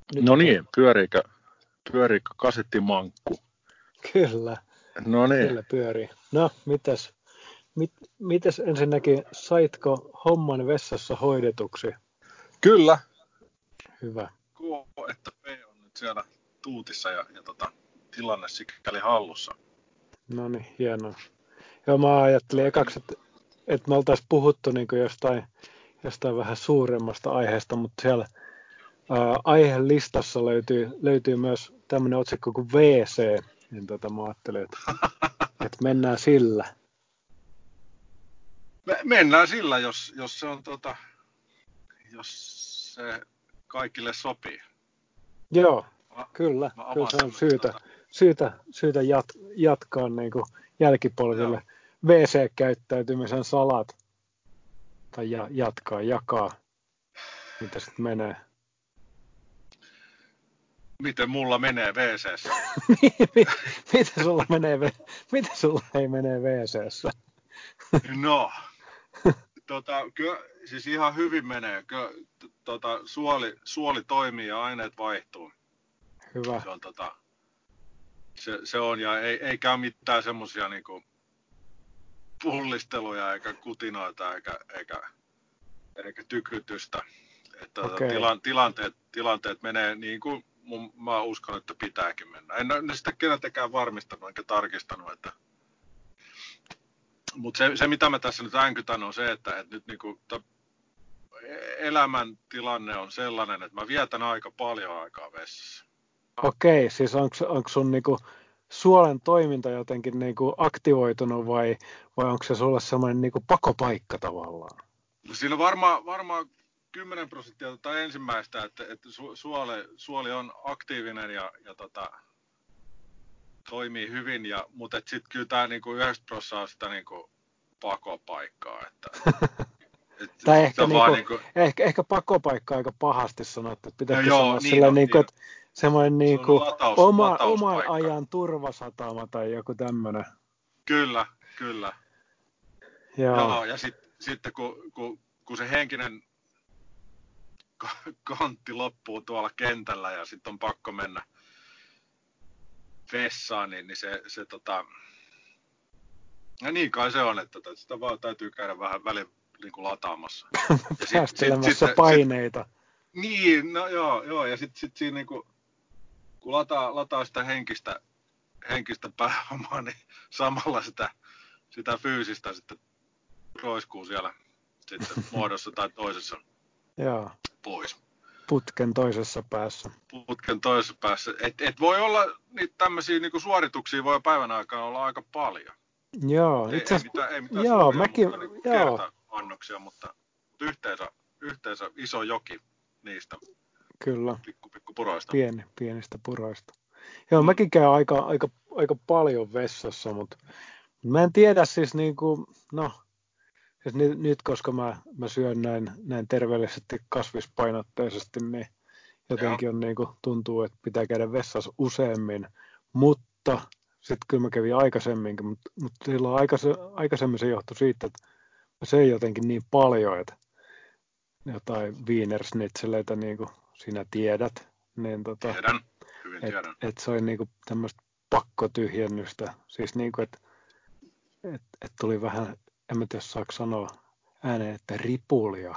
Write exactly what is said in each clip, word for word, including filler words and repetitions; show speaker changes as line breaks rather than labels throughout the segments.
Nyt
No
on...
niin, pyöriikö, pyöriikö kasettimankku?
Kyllä,
No niin.
kyllä pyörii. No, mitäs, mit, mitäs ensinnäkin, saitko homman vessassa hoidetuksi?
Kyllä.
Hyvä.
Kuo, että P on nyt siellä tuutissa ja, ja tota, tilanne sikäli hallussa.
No niin, hienoa. Joo, mä ajattelin ekaksi, että, että me oltaisiin puhuttu niin kuin jostain, jostain vähän suuremmasta aiheesta, mutta siellä ää, aihelistassa löytyy, löytyy myös tämmöinen otsikko kuin V C, niin tota mä ajattelin, että, että mennään sillä.
Me, mennään sillä, jos, jos se on tota, jos se kaikille sopii.
Joo,
Mä,
kyllä,
mä
kyllä
avaan
se on
tämän,
syytä,
tota,
syytä, syytä jat, jatkaa niin kuin jälkipolville
joo.
V C-käyttäytymisen salat, tai ja, jatkaa, jakaa, mitä sitten menee.
Miten mulla menee V C:ssä?
Miten sulla menee, miten sulla ei mene V C:ssä?
No, tota, kyllä, siis ihan hyvin menee. Kyllä, tota, suoli, suoli toimii ja aineet vaihtuu.
Hyvä.
Se on, tota, se, se on ja ei, ei käy mitään semmosia niinku pullisteluja eikä kutinoita eikä, eikä, eikä tykytystä. Että
Okei.
tila, tilanteet, tilanteet menee niin kuin mun, mä uskon, että pitääkin mennä. En ole sitä keneltäkään varmistanut enkä tarkistanut. Että... Mutta se, se, mitä mä tässä nyt änkytän, on se, että, että nyt niinku, elämän tilanne on sellainen, että mä vietän aika paljon aikaa vessassa.
Okei, siis onko sun niinku suolen toiminta jotenkin niinku aktivoitunut vai, vai onko se sulle semmoinen niinku pakopaikka tavallaan?
No siinä on varmaan, varmaan kymmenen prosenttia tota ensimmäistä, että, että su, suole, suoli on aktiivinen ja, ja tota, toimii hyvin, ja, mutta sitten kyllä tämä niinku yhdeksänkymmentä prosenttia on sitä niinku pakopaikkaa. Että, et,
Tai ehkä, niinku,
niinku,
ehkä, ehkä pakopaikka aika pahasti sanottu. Pitäisikö
joo,
sanoa
niin
silleen,
on,
niinku,
niin
että semmoinen
se on
niinku
lataus,
oma, oman
latauspaikka.
ajan turvasatama tai joku tämmöinen.
Kyllä, kyllä.
Joo.
Joo, ja sitten sit, kun, kun, kun se henkinen kantti loppuu tuolla kentällä ja sitten on pakko mennä vessaan, niin, niin se, se tota... Ja niin kai se on, että sitä vaan täytyy käydä vähän väliin niin kuin lataamassa.
Päästelemässä
sit, sit,
paineita.
Sit, niin, no joo, joo. Ja sitten sit siinä niin kuin, kun lataa, lataa sitä henkistä, henkistä pääomaa, niin samalla sitä, sitä fyysistä sitten roiskuu siellä sitten muodossa tai toisessa
Joo.
pois.
Putken toisessa päässä.
Putken toisessa päässä. Et, et voi olla niitä tämmöisiä niinku suorituksia voi päivän aikana olla aika paljon.
Joo,
Ei,
itse
ei
asiassa,
mitään, ei mitään
joo,
suuria,
mäkin,
mutta niinku
joo,
kerta-annoksia, mutta, mutta yhteensä, yhteensä iso joki niistä
kyllä,
pikku, pikku puroista.
pieni, pienistä puroista. Joo,
Mm.
mäkin käyn aika, aika, aika paljon vessassa, mutta mä en tiedä siis niinku, no, siis nyt, nyt koska mä, mä syön näin, näin terveellisesti kasvispainotteisesti, niin jotenkin on niinku, tuntuu, että pitää käydä vessassa useammin, mutta sitten kyllä mä kävin aikaisemminkin, mutta, mutta silloin aikaise, aikaisemmin se johtui siitä, että mä söin jotenkin niin paljon, että jotain wienersnitzeleitä, niin kuin sinä tiedät, niin tota,
Tiedän, hyvin
että
tiedän.
et se oli niin kuin tämmöistä pakkotyhjennystä, siis niin kuin, että et, et tuli vähän, en mä tiedä saako sanoa ääneen, että ripulia.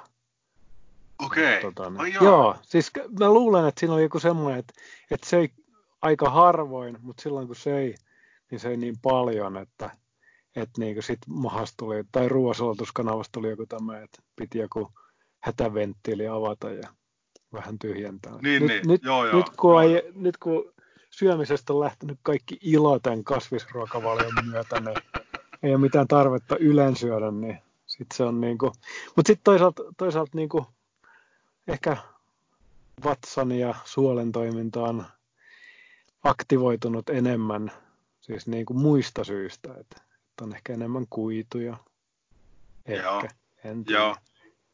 Okei,
Tota, niin,
ai joo.
joo, siis mä luulen, että siinä oli joku semmoinen, että, että söi aika harvoin, mutta silloin kun söi, niin söi niin paljon, että, että niin kuin sit mahasta tuli, tai ruoansulatuskanavasta tuli joku tämmöinen, että piti joku hätäventtiili avata ja vähän tyhjentää.
Niin,
Nyt,
niin,
nyt,
joo, joo.
nyt, kun
joo,
ei,
joo.
nyt kun syömisestä on lähtenyt kaikki ilo tämän kasvisruokavalion myötä, niin ei ole mitään tarvetta ylensyödä, niin sitten se on niinku, mutta sitten toisaalta, toisaalta niinku ehkä vatsan ja suolen toiminta on aktivoitunut enemmän, siis niinku muista syistä, että, että on ehkä enemmän kuituja, ehkä,
Joo.
en tiedä.
Joo.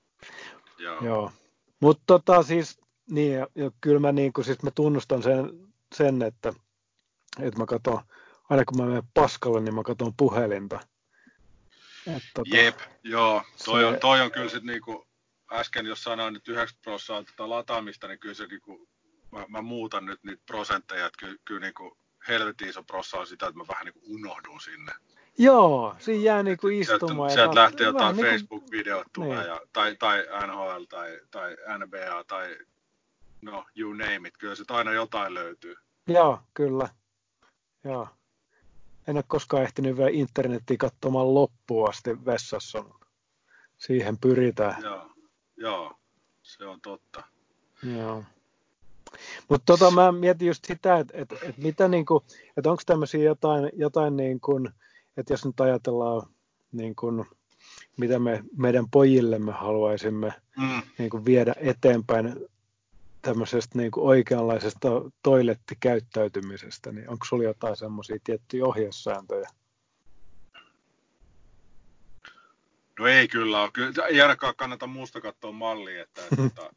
Joo.
Joo. Mutta tota siis, niin, ja, ja kyllä mä, niin kuin, siis mä tunnustan sen, sen että, että mä katson, aina kun mä menen paskalle, niin mä katson puhelinta. Et, tota,
Jep, joo. Toi,
se,
on, toi on kyllä sitten niinku, äsken jos sanoin nyt yhdeksänkymmentä prosenttia tätä lataamista, niin kyllä se niinku mä, mä muutan nyt niitä prosentteja, että kyllä, kyllä niin kuin helvetin iso prossa on sitä, että mä vähän niin kuin unohdun sinne.
Joo, siinä jää niinku
Sieltä,
istumaan.
sieltä
Ja
lähtee jotain
vähän niinku,
Facebook-videot tulee,
niin.
ja, tai, tai N H L tai, tai N B A tai no you name it, kyllä se aina jotain löytyy.
Joo, kyllä. Joo. En ole koskaan ehtinyt vielä internetiä katsomaan loppuun asti vessassa, mutta siihen pyritään.
Joo, joo, se on totta.
Joo. Mutta tota, mä mietin just sitä, että et, et mitä niinku, että onko tämmöisiä jotain, jotain niin kuin, että jos nyt ajatellaan niin kuin, mitä me meidän pojillemme haluaisimme
Mm.
niin kuin viedä eteenpäin tämmöisestä niin kuin oikeanlaisesta toilettikäyttäytymisestä, niin onko sulla jotain semmoisia tiettyjä ohjesääntöjä?
No ei kyllä ole. Kyllä, ei ainakaan kannata muusta katsoa mallia, että, että,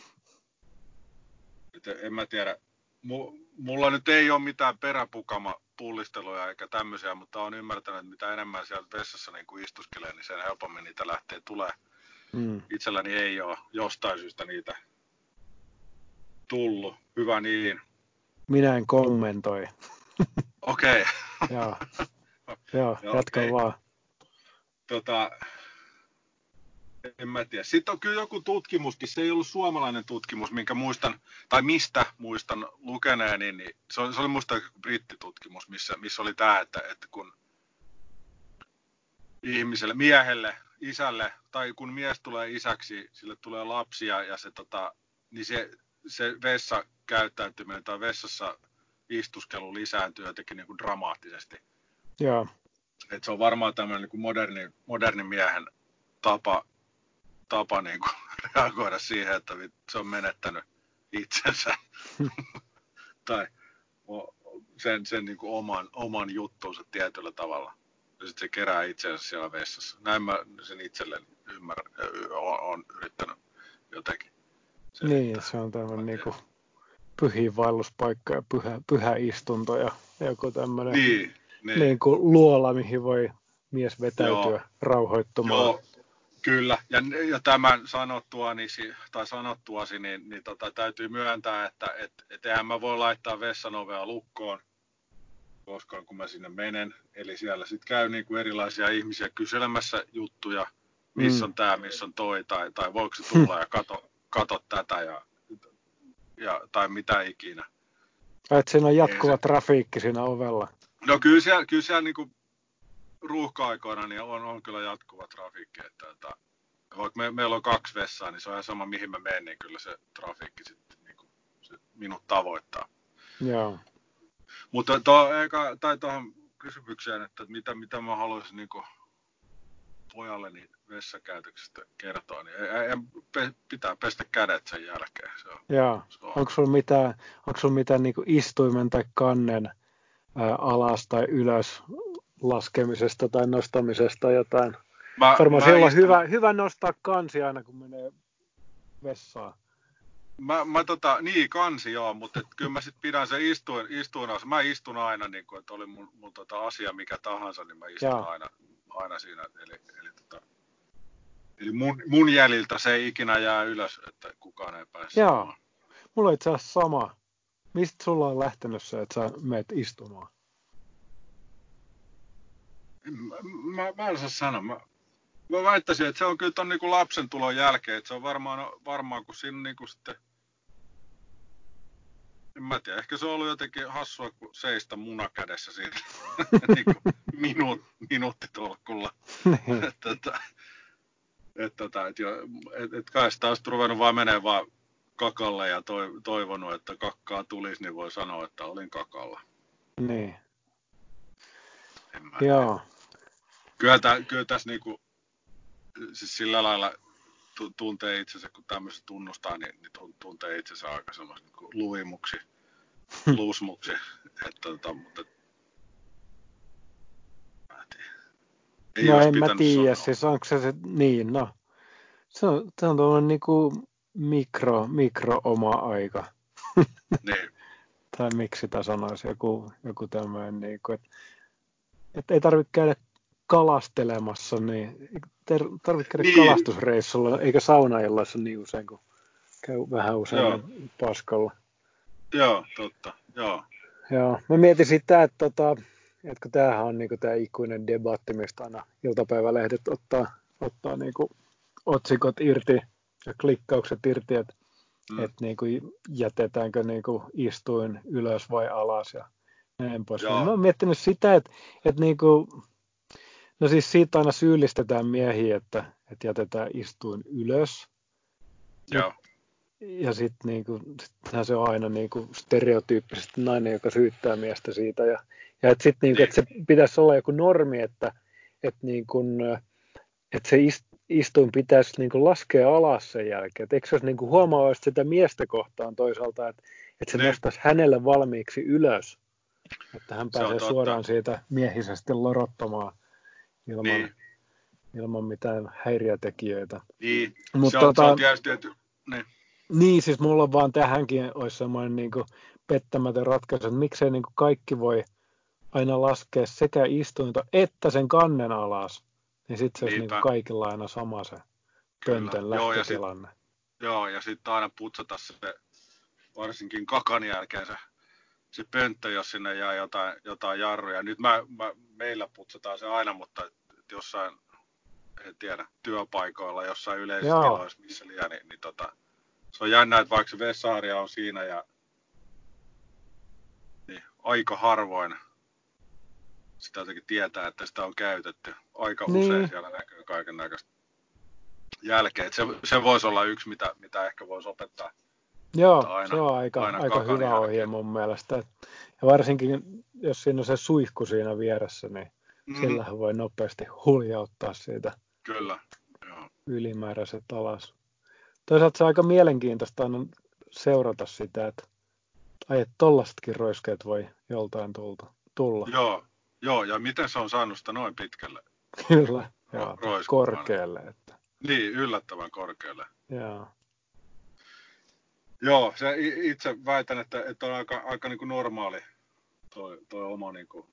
että en mä tiedä. Mulla nyt ei ole mitään peräpukama-pullisteluja eikä tämmöisiä, mutta olen ymmärtänyt, että mitä enemmän siellä vessassa niin kuin istuskelee, niin sen helpommin niitä lähtee tulee. Mm. Itselläni ei ole jostain syystä niitä tullut. Hyvä niin.
Minä en kommentoi.
Okei.
Okay. Joo, Joo jatka okay. vaan.
Tota, en mä tiedä. Sitten on kyllä joku tutkimuskin, se ei ollut suomalainen tutkimus, minkä muistan, tai mistä muistan lukeneeni, niin se oli, se oli muista brittitutkimus, missä, missä oli tämä, että, että kun ihmiselle, miehelle, isälle, tai kun mies tulee isäksi, sille tulee lapsia, ja se, tota, niin se, se vessakäyttäytyminen tai vessassa istuskelu lisääntyy jotenkin niin kuin dramaattisesti.
Joo.
Et se on varmaan tämmöinen niin kuin moderni, moderni miehen tapa, tapa niin kuin reagoida siihen, että se on menettänyt itsensä tai sen, sen niin kuin oman, oman juttuunsa tietyllä tavalla. Ja sitten se kerää itsensä siellä vessassa. Näin mä sen itselleni ymmärrän, olen yrittänyt jotenkin selittää.
Niin, se on tämmöinen niin kuin pyhiin vaelluspaikka ja pyhä, pyhä istunto ja joku tämmöinen
niin, niin.
Niin kuin luola, mihin voi mies vetäytyä Joo. rauhoittumaan.
Joo. Kyllä, ja, ja tämän sanottuani, tai sanottuasi, niin, niin tota, täytyy myöntää, että et, et eihän mä voi laittaa vessanovea lukkoon koskaan, kun mä sinne menen. Eli siellä sitten käy niin kuin erilaisia ihmisiä kyselemässä juttuja, missä mm. on tämä, missä on toi, tai, tai voiko se tulla ja kato, kato tätä, ja, ja, tai mitä ikinä.
Että siinä on jatkuva se... trafiikki siinä ovella.
No kyllä siellä, kyllä siellä niin kuin ruuhka-aikoina niin on, on kyllä jatkuva trafiikki, että, että vaikka me, meillä on kaksi vessaa, niin se on ihan sama mihin mä menen, niin kyllä se trafiikki sitten niin kuin, se minut tavoittaa.
Joo.
Mutta to, eikä, tai tuohon kysymykseen, että mitä, mitä mä haluaisin niin kuin pojalleni vessakäytöksestä kertoa, niin ei, ei, pe, pitää pestä kädet sen jälkeen. Se on,
Joo.
se on.
Onko sulla mitään, onko sulla mitään niin kuin istuimen tai kannen ää, alas tai ylös laskemisesta tai nostamisesta jotain? Mä, Varmaan mä siellä istun... on hyvä, hyvä nostaa kansi aina, kun menee vessaan.
Mä, mä tota, niin kansi joo, mutta et, kyllä mä sit pidän sen istuin, istuin mä istun aina, niin kun, että oli mun, mun tota, asia mikä tahansa, niin mä istun aina, aina siinä. Eli, eli, tota, eli mun, mun jäljiltä se ei ikinä jää ylös, että kukaan ei pääse
Joo,
sanomaan.
Mulla on itse asiassa sama. Mistä sulla on lähtenyt se, että sä meet istumaan?
Mä, mä, mä en saa sanoa. Mä, mä väittäisin, että se on kyllä ton niin kuin lapsen tulon jälkeen, että se on varmaan, varmaan kun siinä niin kuin sitten en mä tiedä, ehkä se on ollut jotenkin hassua, kun seistä muna kädessä siinä niin kuin minuut, minuuttitolkulla. että että että että et, et kai sitä olisi ruvennut vaan menee vaan kakalle ja toivonut, että kakkaa tulisi, niin voi sanoa, että olin kakalla.
Niin.
En mä
Joo.
Kyllä, tä, kyllä tässä niinku, siis sillä lailla tuntee itsensä, kun tämmöistä tunnustaa, niin, niin tuntee itsensä aika semmoista niin luimuksi, luusmuksi. Että, tota, mutta, ei
no en mä tiedä, siis onko se, se niin, no. Se on, se on tuollainen niinku mikro, mikro oma aika.
Niin.
Tai miksi sitä sanoisi, joku, joku tämmöinen, niinku, että et ei tarvitse käydä kalastelemassa, niin tarvitse käydä niin. kalastusreissulla, eikä saunaillassa niin usein, kun käy vähän useammin paskalla.
Joo, totta. Joo.
Joo. Mä mietin sitä, että, tota, että kun tämähän on niinku tämä ikuinen debatti, mistä aina iltapäivälehdet ottaa, ottaa niinku otsikot irti ja klikkaukset irti, että
Mm.
et niinku jätetäänkö niinku istuin ylös vai alas ja näin poispäin.
Joo.
Mä oon miettinyt sitä, että, että niinku, no siis siitä aina syyllistetään miehiä, että, että jätetään istuin ylös.
Joo.
Ja sitten niinku, sittenhän se on aina niinku stereotyyppisesti nainen, joka syyttää miestä siitä. Ja, ja että sitten niinku,
Niin.
et se pitäisi olla joku normi, että et niinku, et se istuin pitäisi niinku laskea alas sen jälkeen. Et eikö se olisi niinku huomaa sitä miestä kohtaan toisaalta, että et se
Niin.
nostaisi hänelle valmiiksi ylös, että hän
Se on
pääsee
totta.
suoraan siitä miehisesti lorottamaan ilman,
Niin.
ilman mitään häiriötekijöitä.
Niin.
Mut
Se on,
tota,
se on tietysti, että... Niin.
Niin, siis mulla on vaan tähänkin olisi semmoinen niin kuin pettämätön ratkaisu, että miksei niin kuin kaikki voi aina laskea sekä istuinta että sen kannen alas. Niin sitten se olisi niin kuin kaikilla aina sama se pöntön lähtötilanne.
Joo, ja sitten aina putsata se, varsinkin kakan jälkeen se, se pönttö, jos sinne jää jotain, jotain jarruja. Nyt mä, mä, meillä putsataan se aina, mutta et, et jossain, en tiedä, työpaikoilla, jossain yleisissä
Joo.
tiloissa, missä liian, niin, niin tota, se on jännä, että vaikka se vessaharja on siinä ja niin aika harvoin sitä jotenkin tietää, että sitä on käytetty. Aika
Niin.
usein siellä näkyy kaiken näköistä jälkeen. Se, se voisi olla yksi, mitä, mitä ehkä voisi opettaa.
Joo,
aina,
se on aika,
aina
aika hyvä
jälkeen.
ohje mun mielestä. Ja varsinkin, jos siinä on se suihku siinä vieressä, niin mm-hmm. sillähän voi nopeasti huljauttaa siitä
Kyllä. Joo.
ylimääräiset alas. Toisaalta se on aika mielenkiintoista aina seurata sitä, että ai, että tollasetkin roiskeet voi joltain tulta, tulla.
Joo, joo, ja miten se on saanut sitä noin pitkälle?
Kyllä, joo,
Ro-
korkealle. Että.
Niin, yllättävän korkealle.
Joo.
Joo, se itse väitän, että, että on aika, aika niin kuin normaali toi, toi oma niin kuin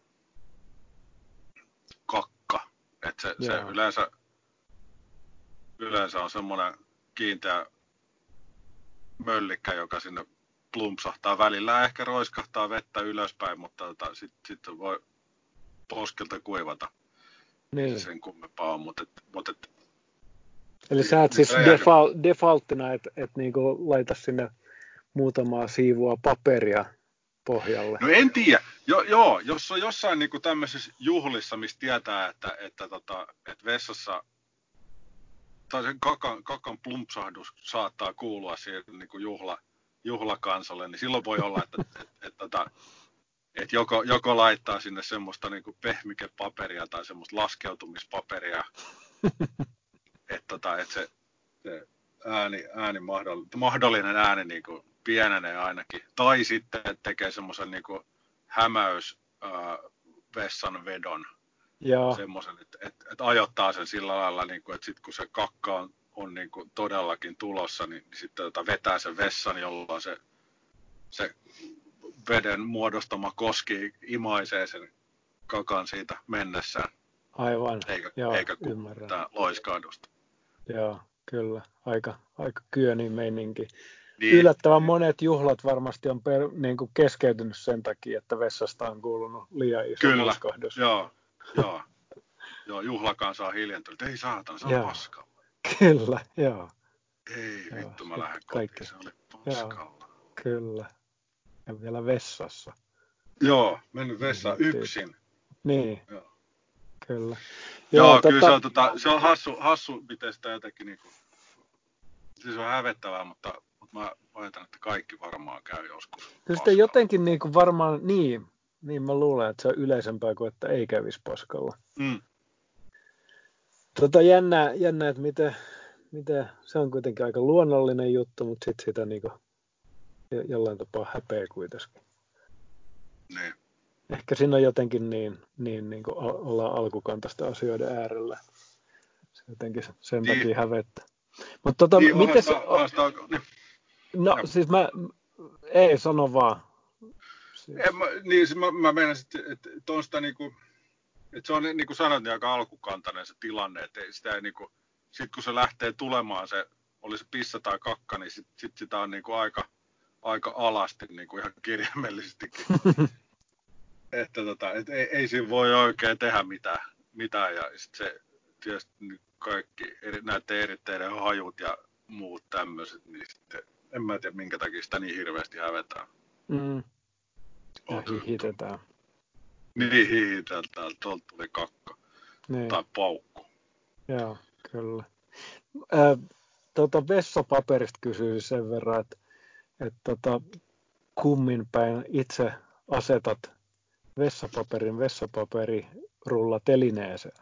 kakka. Että se, se yleensä, yleensä on semmoinen kiinteä möllikkä, joka sinne plumpsahtaa. Välillä ehkä roiskahtaa vettä ylöspäin, mutta tota, sitten sit voi poskelta kuivata.
Niin.
Se sen kummempaa on, mutta... Et, mutta et,
eli sä et siis default, defaulttina, että et niinku laita sinne muutamaa siivua paperia pohjalle.
No en tiedä. Jo, joo, jos on jossain niinku tämmöisissä juhlissa, mistä tietää, että, että, tota, että vessassa tai sen kakan, kakan plumpsahdus saattaa kuulua siihen niinku juhla, juhlakansalle, niin silloin voi olla, että, että, että, että, että, että joko, joko laittaa sinne semmoista niinku pehmikepaperia tai semmoista laskeutumispaperia, että, tota, että se, se ääni, ääni mahdollinen ääni niinku pienenee ainakin. Tai sitten tekee semmoisen niinku hämäys ää, vessan vedon. Semmoisen, että, että, että ajoittaa sen sillä lailla, niinku, että sitten kun se kakka on, on niinku todellakin tulossa, niin, niin sitten tota vetää sen vessan, jolloin se, se veden muodostama koski imaisee sen kakan siitä mennessään.
Aivan,
eikä,
joo,
eikä kuuluttaa loiskahdusta.
Joo, kyllä. Aika, aika kyöni meininki.
Niin.
Yllättävän monet juhlat varmasti on per, niin kuin keskeytynyt sen takia, että vessasta on kuulunut liian iso
Kyllä,
loiskahdus.
joo, joo. Joo, juhlakansa on hiljentynyt. Ei saatan, se on paskalla.
Kyllä, joo.
Ei joo, vittu, mä lähden
kaikki.
kotiin, se oli paskalla.
Joo, kyllä. Ja vielä vessassa.
Joo, mennyt vessaan niin, yksin.
Niin,
joo.
Kyllä.
Joo, joo kyllä tota... se on, tota, se on hassu, hassu, miten sitä jotenkin niinku... Siis on hävettävää, mutta, mutta mä ajattelen, että kaikki varmaan käy joskus.
Kyllä sitä jotenkin niinku varmaan, niin, niin mä luulen, että se on yleisempää kuin, että ei kävisi paskalla.
Mm.
Tota jännää, jännää, että miten, miten, se on kuitenkin aika luonnollinen juttu, mutta sitten sitä niinku jollain tapaa häpeä kuitenkin.
Niin.
Ehkä siinä on jotenkin niin, niin, niin kuin ollaan alkukantaista asioiden äärellä. Se jotenkin sen
niin.
takia hävettä. Mutta tota,
niin,
miten
se... Haastaa, niin.
No ja. siis mä, ei sano vaan.
Siis. En, mä, niin, siis mä, mä menen sitten, että, että on sitä niinku, että se on niin kuin sanoit, niin aika alkukantainen se tilanne, että sitä ei niinku, sit kun se lähtee tulemaan se, oli se pissa tai kakka, niin sit, sit sitä on niinku aika, aika alasti niin kuin ihan kirjaimellisestikin. Että tota, et ei, ei siinä voi oikein tehdä mitään, mitään ja sit se tietysti kaikki eri, näiden eritteiden hajut ja muut tämmöiset, niin sitten en mä tiedä minkä takia sitä niin hirveästi hävetään.
Mm. Ja
Oot
hihitetään.
Niin hihitetään, tuolta tuli kakka.
Niin.
Tai paukku.
Joo, kyllä. Ää, tota vessapaperista kysyisin sen verran, että et tota, kummin päin itse asetat vessapaperin vessapaperirulla telineeseen?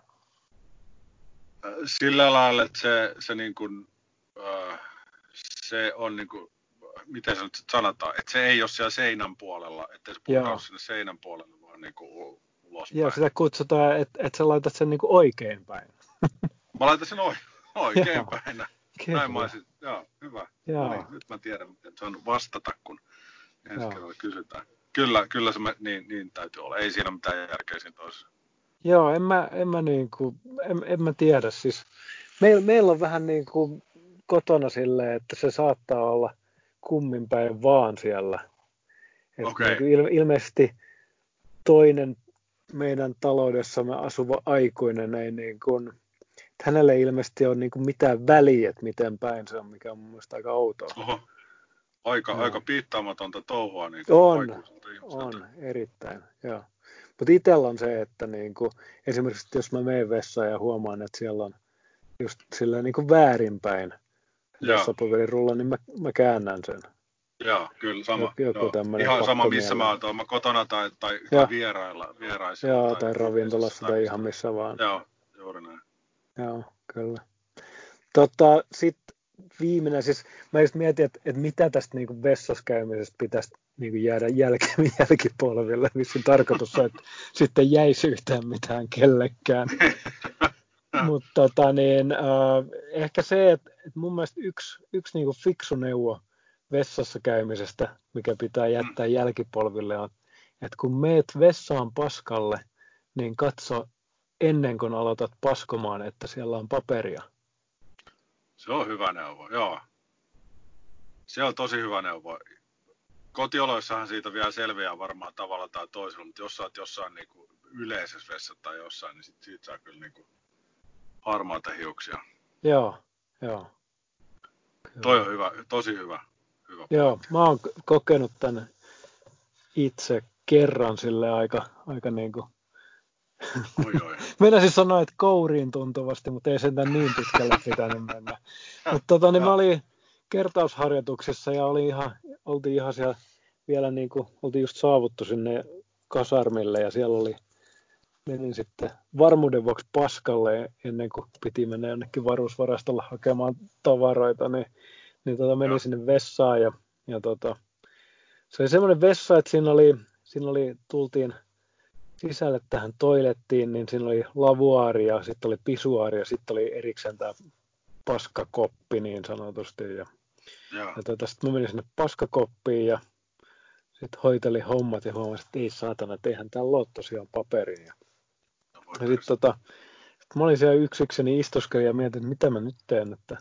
Sillä lailla, että se, se, niin kuin, äh, se on niin kuin, miten se nyt sanotaan, että se ei ole siellä seinän puolella, että se purkaudu sinne seinän puolelle, vaan niin kuin ulospäin.
Joo, sitä kutsutaan, että et sä laitat sen niin kuin oikein päin.
Mä laitan sen oikein päin. Näin mä olisin, joo, hyvä.
Joo.
No niin, nyt mä tiedän, miten saan vastata, kun ensi kerralla kysytään. Kyllä, kyllä se niin, niin täytyy olla. Ei siinä mitään järkeä siinä toisessa.
Joo, en mä, en mä, niin kuin, en, en mä tiedä. Siis, meillä, meillä on vähän niin kuin kotona silleen, että se saattaa olla kummin päin vaan siellä.
Okay.
Niin kuin ilme, ilmeisesti toinen meidän taloudessamme asuva aikuinen ei niin kuin, hänelle ilmeisesti ole niin kuin mitään väliä, että miten päin se on, mikä on mun mielestä aika outoa.
Oho. Aika,
no.
aika piittaamatonta touhua niin
on,
aikuiselta ihmiseltä.
On, erittäin, joo. Mutta itsellä on se, että niin kuin, esimerkiksi jos mä menen vessaan ja huomaan, että siellä on just sillä niin kuin väärinpäin vessapaperirulla, niin mä, mä käännän sen.
Joo, kyllä sama.
Joku
ihan sama missä mä oon, mä kotona tai, tai, tai vierailla, vieraisilla.
Joo, tai, tai ravintolassa tai, tai ihan missä vaan.
Joo, juuri näin.
Joo, kyllä. Tota, sitten viimeinen, siis mä just mietin, että, että mitä tästä niin kuin vessassa käymisestä pitäisi niin kuin jäädä jälke, jälkipolville, missä tarkoitus on, että sitten jäisi yhtään mitään kellekään. Mutta tota, niin, äh, ehkä se, että, että mun mielestä yksi, yksi niin kuin fiksu neuvo vessassa käymisestä, mikä pitää jättää mm. jälkipolville, on, että kun meet vessaan paskalle, niin katso ennen kuin aloitat paskomaan, että siellä on paperia.
Se on hyvä neuvo, joo. Se on tosi hyvä neuvo. Kotioloissahan siitä vielä selviää varmaan tavalla tai toisella, mutta jos sä oot jossain niin kuin yleisessä vessassa tai jossain, niin sit siitä saa kyllä niin kuin harmaata hiuksia.
Joo, joo.
Kyllä. Toi on hyvä, tosi hyvä. hyvä
joo, pointti. Mä oon kokenut tän itse kerran sille aika, aika niin kuin
Oi, oi.
Meinasin sanoa, että kouriin tuntuvasti, mutta ei sentään niin pitkälle pitänyt mennä. Mutta tota, niin mä olin kertausharjoituksissa ja oli ihan, oltiin ihan siellä vielä niin kuin, oltiin just saavuttu sinne kasarmille ja siellä oli, menin sitten varmuuden vuoksi paskalle ennen kuin piti mennä jonnekin varusvarastolla hakemaan tavaroita, niin, niin tota, menin Joo. sinne vessaan ja, ja tota, se oli semmoinen vessa, että siinä oli, siinä oli tultiin sisälle tähän toilettiin, niin siinä oli lavuaari ja sitten oli pisuaari ja sitten oli erikseen tämä paskakoppi niin sanotusti. Ja, ja tota, sitten mä menin sinne paskakoppiin ja sitten hoitelin hommat ja huomasin, että ei saatana, että eihän täällä ole tosiaan paperia. Ja, ja sitten tota, sit mä olin siellä yksikseni istuskelin ja mietin, että mitä mä nyt teen, että,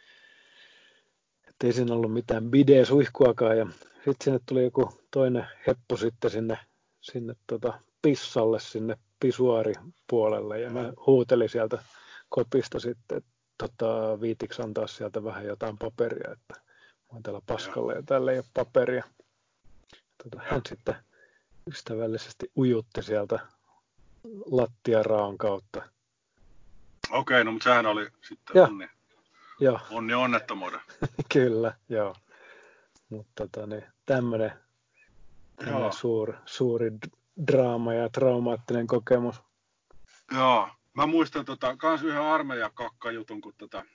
että ei siinä ollut mitään bidee-suihkuakaan. Ja sitten sinne tuli joku toinen heppu sitten sinne, sinne tota, pissalle sinne pisuaaripuolelle ja mä huutelin sieltä kopista sitten, että tota, viitiksi antaa sieltä vähän jotain paperia, että mä oon täällä paskalla ja täällä ei ole paperia. Tota, hän sitten ystävällisesti ujutti sieltä lattiaraon kautta.
Okei, no mutta sehän oli sitten ja. onni,
ja.
onni onnettomuuden.
Kyllä, joo. Mutta tota, niin, tämmöinen suuri, suuri draama ja traumaattinen kokemus.
Joo, mä muistan tota, kans yhden armeijakakka-jutun, kun tota,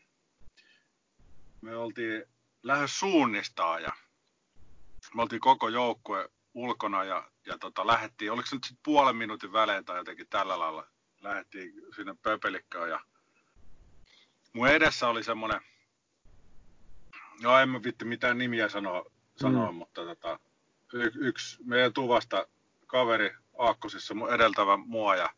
me oltiin lähes suunnistaa ja me oltiin koko joukkue ulkona ja, ja tota, lähdettiin, oliko se nyt sitten puolen minuutin välein tai jotenkin tällä lailla, lähdettiin sinne pöpelikköön ja mun edessä oli semmonen, no en mä vitti mitään nimiä sanoa, sanoa mm. mutta tota, y- yksi meidän tuvasta kaveri aakkosissa edeltävä mua ja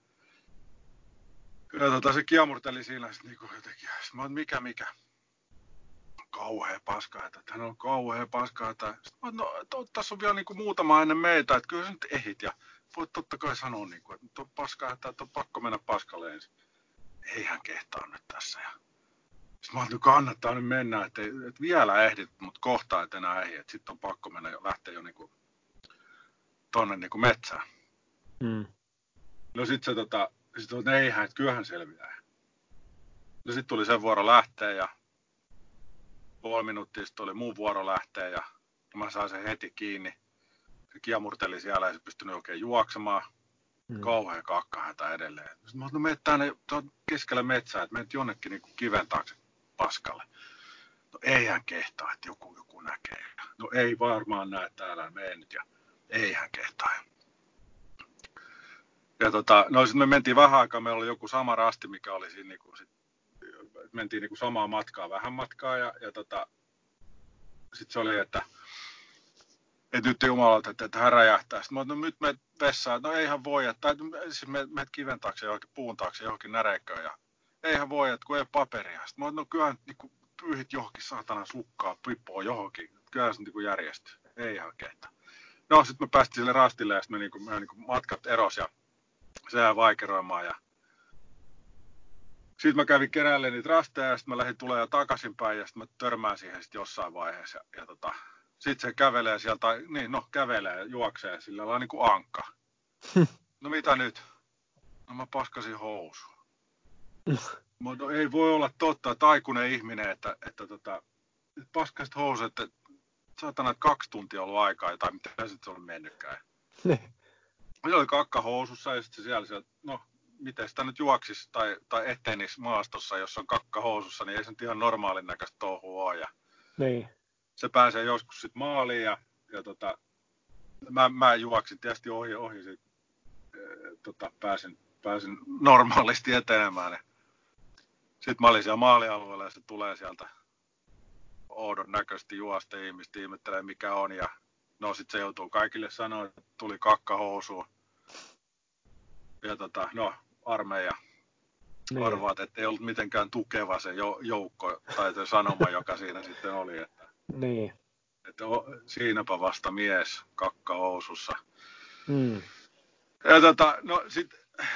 Ja tota, se kiamurteli siinä sit niinku jotenkin, sit mä oon, mikä mikä. kauhea paska, että hän on kauhea paska. Että... Sitten mä, no, to, tässä on vielä niin kuin muutama ennen meitä, että kyllä sä nyt ehit ja voit totta kai sanoa, niin kuin, että nyt on paska, että on pakko mennä paskalle ensin. Ei hän kehtaa nyt tässä. Ja... Sitten mä ajattelin, kannattaa nyt mennä, että, että vielä ehdit, mutta kohta et enää ehdi, että sitten on pakko mennä jo, lähteä jo niin kuin, tonne niin kuin metsään.
Mm.
No sit se tota, sit on, eihän, että kyllähän selviää. No sit tuli sen vuoro lähteä ja puoli minuuttia sitten oli mun vuoro lähteä ja mä sain sen heti kiinni. Se kiemurteli siellä, ei se pystynyt oikein juoksemaan. Mm. Kauhea kakkahätä edelleen. Sitten mä oon, no meet tänne keskellä metsää, että meet jonnekin niin kuin kiven taakse paskalle. No eihän kehtaa, että joku, joku näkee. No ei varmaan näe täällä, mene nyt ja eihän kehtaa. Ja tota, no sitten me mentiin vähän aikaa, meillä oli joku sama rasti, mikä oli siinä niinku sit, mentiin niinku samaa matkaa, vähän matkaa ja, ja tota, sitten se oli, että et nyt jumalalta, että, että hän räjähtää. Sitten mä oon, no nyt menet vessaan, no eihän voi, että siis menet kiven taakse johonkin, puun taakse johonkin näreikköön ja eihän voi, että kun ei paperia. Sitten mä oon, no kyllähän niinku pyyhit johonkin saatana sukkaa, pippoa johonkin, kyllähän se niinku järjestyy, eihän kehtaa. No sitten me päästiin sille rastille ja sitten me, niinku, me niinku matkat eros ja se jää vaikeroimaan ja sitten mä kävin keräälle niitä rasteja ja sitten mä lähdin tulemaan takaisinpäin ja sitten mä törmään siihen sitten jossain vaiheessa ja, ja tota, sitten se kävelee sieltä, niin no kävelee ja juoksee sillä lailla niin kuin ankka. No mitä nyt? No mä paskasin housuun. Mä, no ei voi olla totta, että aikuinen ihminen, että, että tota, paskasit housuun, että saatana, että kaksi tuntia ollut aikaa tai mitä se nyt on mennytkään. Se oli kakka housussa ja sitten siellä, siellä no miten sitä nyt juoksisi tai, tai etenisi maastossa, jos on kakka housussa, niin ei se nyt ihan normaalin näköistä touhua ole. Ja
niin.
Se pääsee joskus sitten maaliin ja, ja tota, mä, mä juoksin tietysti ohi, ohi sit, e, tota, pääsin, pääsin normaalisti etenemään. Sitten mä olin siellä maalialueella ja se tulee sieltä oudon näköisesti juosta ihmistä, ihmettelee mikä on ja no sit se joutuu kaikille sanoa, että tuli kakka housuun. Ja tota, no, armeija niin. Arvaat, että ei ollut mitenkään tukeva se joukko tai se sanoma, joka siinä sitten oli. Että,
niin.
että o, siinäpä vasta mies kakka housussa.
Mm.
Ja tota, no sit,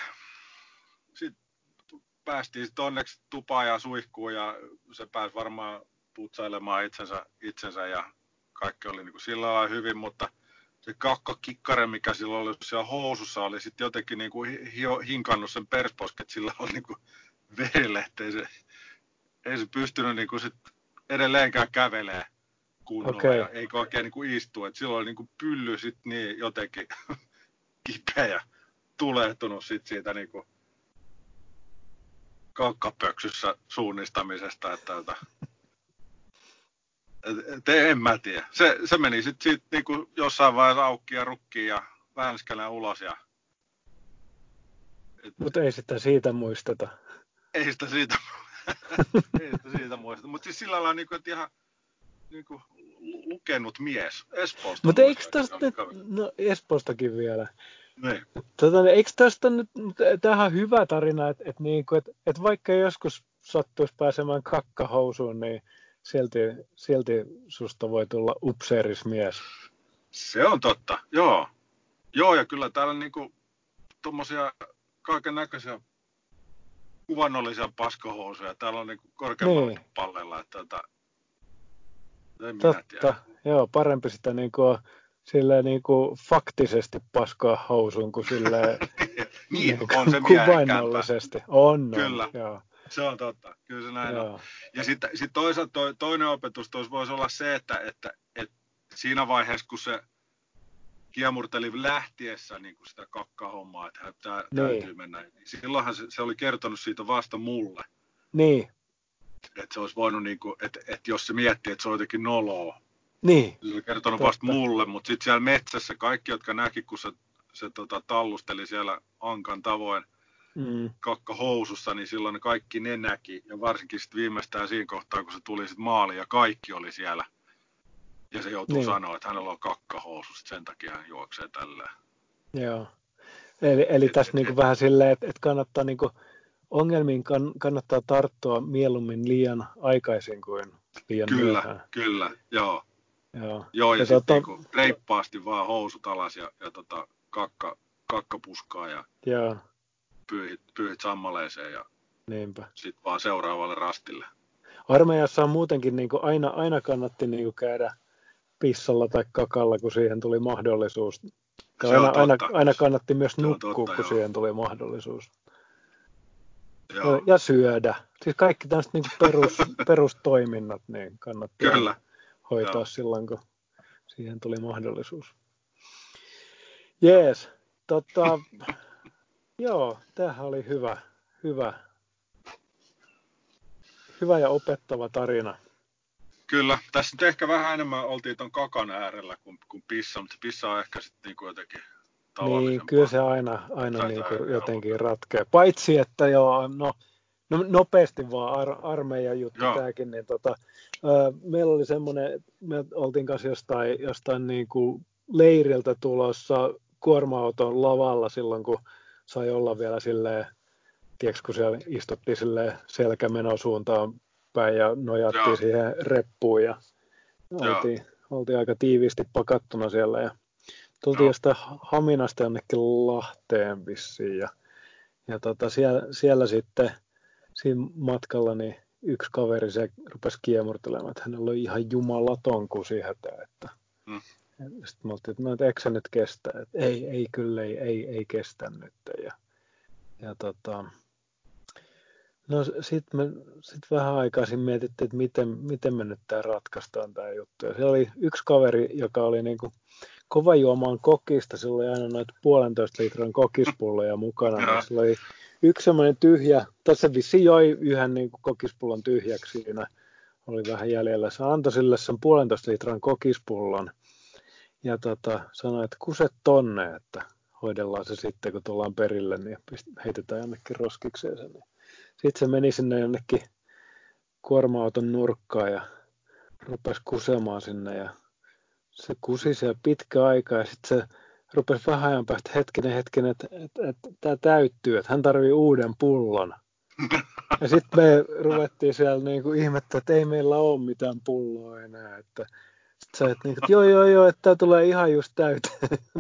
sit päästiin sit onneksi tupaan ja suihkuun ja se pääsi varmaan putsailemaan itsensä, itsensä ja kaikki oli niin kuin sillä lailla hyvin, mutta se kakkakikkare, mikä sillä oli siellä housussa, oli sitten jotenkin niin kuin hinkannut sen persposket, sillä oli niin kuin verille, ettei se, ei se pystynyt niin kuin sit edelleenkään kävelee kunnolla okay. Ja eikä oikein niin kuin istua. Et silloin oli niin kuin pylly sit niin jotenkin kipeä ja tulehtunut sit siitä niin kuin kakkapöksyssä suunnistamisesta, että, että Et en mä tiedä. Se, se meni sitten sit niinku jossain vaiheessa aukki ja rukkiin ja väänskälään ulos. Ja...
Mutta ei sitä siitä muisteta.
Ei sitä siitä, ei sitä siitä muisteta. Mutta siis sillä lailla, niinku, että ihan niinku, lukenut mies Espoosta.
Mutta eikö tästä nyt, no Espoostakin vielä.
Niin.
Tota, eikö tästä nyt, tähän hyvä tarina, että et, niinku, et, et vaikka joskus sattuisi pääsemään kakkahousuun, niin Silti, silti susta voi tulla upseerismies.
Se on totta, joo. Joo, ja kyllä täällä niinku tommosia kaiken näköisiä kuvannollisia paskahousuja. Täällä on niinku korkeammalla niin. Pallella, että tota, en
totta,
minä tiedä.
Joo, parempi sitä niinku, silleen niinku faktisesti paskaa housuun kuin silleen
niin,
niinku
on se
kuvainnollisesti. On,
kyllä.
On, joo.
Se on totta, kyllä se näin Joo. on. Ja sitten sit toisaalta toi, toinen opetus voisi olla se, että, että, että siinä vaiheessa, kun se kiemurteli lähtiessä niin kuin sitä kakkahommaa, että hän tää, niin. täytyy mennä, niin silloinhan se, se oli kertonut siitä vasta mulle.
Niin.
Että se olisi voinut, niin kuin, että, että jos se miettii, että se on jotenkin noloa.
Niin.
Se oli kertonut totta. Vasta mulle, mutta sitten siellä metsässä kaikki, jotka näki, kun se, se tota, tallusteli siellä ankan tavoin, Mm. kakka housussa, niin silloin kaikki ne näki. Ja varsinkin sitten viimeistään siinä kohtaa, kun se tuli sitten maaliin ja kaikki oli siellä. Ja se joutuu niin. sanoa, että hänellä on kakka housussa, sen takia hän juoksee tälleen.
Joo. Eli, eli et, tässä et, niinku et, vähän silleen, että et kannattaa niinku, ongelmiin kann, kannattaa tarttua mieluummin liian aikaisin kuin liian
Kyllä,
myöhään.
kyllä, joo.
Joo,
Joo, ja,
ja
sitten
tota,
niinku reippaasti vaan housut alas ja, ja tota, kakka, kakkapuskaa ja
joo,
pyyhit, pyyhit sammaleeseen ja
niinpä.
sitten vaan seuraavalle rastille.
Armeijassa on muutenkin niin kuin aina, aina kannatti niin kuin käydä pissalla tai kakalla, kun siihen tuli mahdollisuus. Ja
Se
aina,
on
aina,
totta.
aina kannatti myös
Se on
nukkua,
totta,
kun
joo.
siihen tuli mahdollisuus. Ja,
Joo.
ja syödä. Siis kaikki tämmöiset niin kuin perus, perustoiminnot niin kannatti aina
Kyllä.
hoitaa
Joo.
silloin, kun siihen tuli mahdollisuus. Jees. Tota, joo, tämähän oli hyvä, hyvä, hyvä ja opettava tarina.
Kyllä. Tässä nyt ehkä vähän enemmän oltiin ton kakan äärellä kuin, kuin pissa, mutta pissa on ehkä sitten niinku jotenkin
Niin,
tavallisempaa.
kyllä se aina, aina
Tai-
niin
tai
kuin jotenkin
helpompi.
ratkeaa. Paitsi, että joo, no, no nopeasti vaan ar- armeijan juttu
Joo.
tämäkin, niin tota, ö, meillä oli semmoinen, me oltiin kanssa jostain, jostain niin kuin leiriltä tulossa kuorma-auton lavalla silloin, kun sai olla vielä silleen, tiedätkö, kun siellä istuttiin silleen selkämenosuuntaan päin ja nojattiin
Joo.
siihen reppuun ja
Joo.
oltiin, oltiin aika tiiviisti pakattuna siellä ja tultiin
Joo.
jostain Haminasta jonnekin Lahteen vissiin ja, ja tota, siellä, siellä sitten siinä matkalla niin yksi kaveri se rupesi kiemurtelemaan, että hänellä oli ihan jumalaton kusihätä. Että,
Mm.
sitten me oltiin, että no, et eikö se nyt kestä? Että ei, ei kyllä, ei, ei, ei kestä nyt. Ja, ja tota, no sitten me sit vähän aikaa siinä mietittiin, että miten, miten me nyt tämä ratkaistaan tämä juttu. Ja siellä oli yksi kaveri, joka oli niinku kova juomaan kokista, sillä oli aina noita puolentoista litran kokispulloja mukana, niin
Joo.
sillä oli yksi semmoinen tyhjä, tässä vissi joi yhden niin kuin kokispullon tyhjäksi siinä, oli vähän jäljellä. Se antoi sille sen puolentoista litran kokispullon ja tota, sanoi, että kuset tonne, että hoidellaan se sitten, kun tullaan perille, niin heitetään jonnekin roskikseen sen. Sitten se meni sinne jonnekin kuorma-auton nurkkaan ja rupesi kusemaan sinne ja se kusi siellä pitkä aika ja sitten se rupesi vähän ajan päästä, hetkinen, hetkinen, että et, et, tämä täyttyy, että hän tarvii uuden pullon. Ja sitten me ruvettiin siellä niinku ihmettä, että ei meillä ole mitään pulloa enää. Että sitten sä et niinku, että joo, joo, joo, että tämä tulee ihan just täyteen.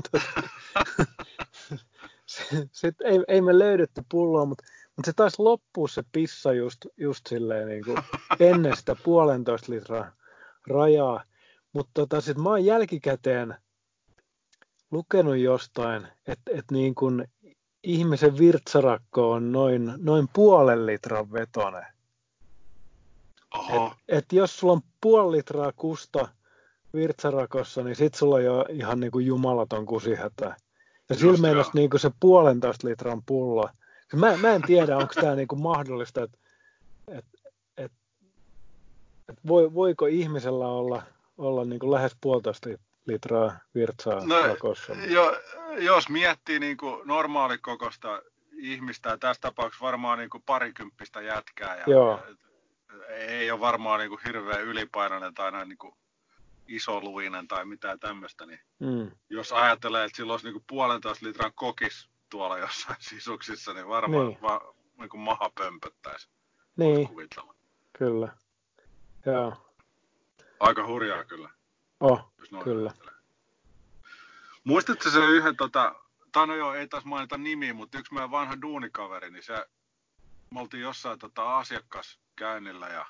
Sitten ei, ei me löydetty pulloa, mutta, mutta se taisi loppua se pissa just, just silleen niinku ennen sitä puolentoista litraa rajaa. Mutta tota, sitten mä oon jälkikäteen lukenut jostain, että et niin kun ihmisen virtsarakko on noin, noin puolen litran vetonen.
Oho.
Et, et jos sulla on puoli litraa kusta virtsarakossa, niin sit sulla on jo ihan niin kuin jumalaton kusihätä. Ja sillä
Just
meinasi
joo.
niin kuin se puolentoista litran pullo. Mä, mä en tiedä, onko tämä niin kuin mahdollista, että et, et, et voi, voiko ihmisellä olla, olla niin kuin lähes puolitoista litraa virtsaa
No,
rakossa.
jo, jos miettii niin kuin normaalikokoista ihmistä, ja tässä tapauksessa varmaan niin kuin parikymppistä jätkää, ja,
Joo.
ja ei ole varmaan niin kuin hirveän ylipainoinen tai näin niin kuin isoluinen tai mitään tämmöistä, niin
Mm.
jos ajattelee, että sillä olisi niin kuin puolentoista litran kokis tuolla jossain sisuksissa, niin varmaan
Niin.
va, niin kuin maha pömpöttäisi.
Niin, kyllä. Joo.
Aika hurjaa kyllä,
Oh,
jos noin
kyllä.
ajattelee. Muistatko se yhden, tota, tai no joo, ei taas mainita nimiä, mutta yksi meidän vanha duunikaveri, niin se, me oltiin jossain tota, asiakaskäynnillä ja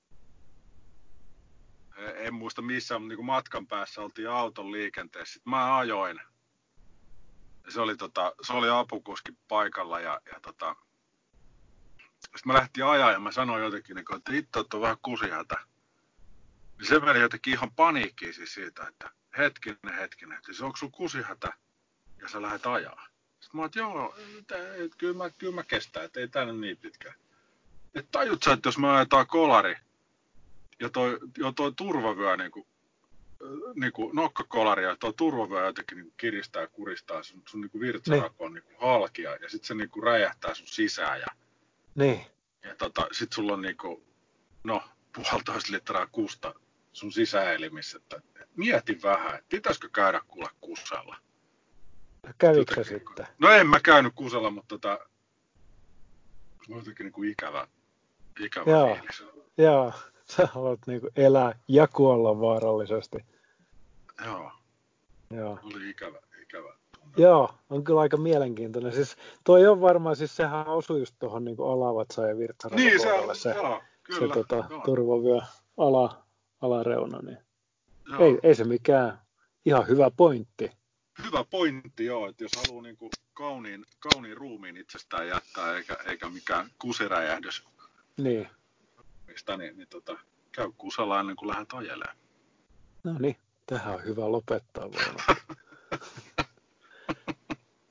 en muista missään, mutta niin kuin matkan päässä oltiin auton liikenteessä. Sitten mä ajoin. Se oli, tota, se oli apukuski paikalla ja, ja tota, sitten mä lähtin ajaa ja mä sanoin jotenkin, niin kuin, että hitto, että on vähän kusihätä. Niin se meni jotenkin ihan paniikkiin siis siitä, että hetkinen, hetkinen, että siis onko sun kusihätä ja sä lähdet ajaa. Sitten mä oon, että joo, et, et, kyllä, mä, kyllä mä kestän, että ei tää nyt niin pitkään. Että tajut sä, että jos me ajetaan kolari ja toi, jo toi turvavyö niinku, niinku nokkakolari ja toi turvavyö jotenkin niinku kiristää ja kuristaa sun, sun niinku virtsarakon niinku halkia ja sit se niinku räjähtää sun sisään ja,
Niin.
ja tota, sit sulla on niinku, no, puolitoista litraa kusta sun sisäelimissä, että mieti vähän, että pitäisikö käydä kuule kusella.
Kävikö sä sitten?
No en mä käynyt kusella, mutta tota, se on jotenkin niinku ikävä, ikävä
Joo.
fiilis.
Joo. sä haluat niinku elää ja kuolla vaarallisesti.
Joo,
Joo.
oli ikävä, ikävä.
Joo, on kyllä aika mielenkiintoinen. Siis toi on varmaan, siis sehän osui just tuohon niin Alavatsan ja Virtsarannan
Niin, se
kohdalle
on,
se,
joo,
se
kyllä.
tota,
Joo,
turvavyö ala, alareuna. Niin.
joo.
Ei, ei se mikään ihan hyvä pointti.
Hyvä pointti, joo, että jos haluaa niin kuin kauniin, kauniin ruumiin itsestään jättää, eikä, eikä mikään kusiräjähdys,
Niin.
mistä, niin, niin tota, käy kusalla ennen kuin lähdet ajelemaan.
No niin, tähän on hyvä lopettaa varmaan.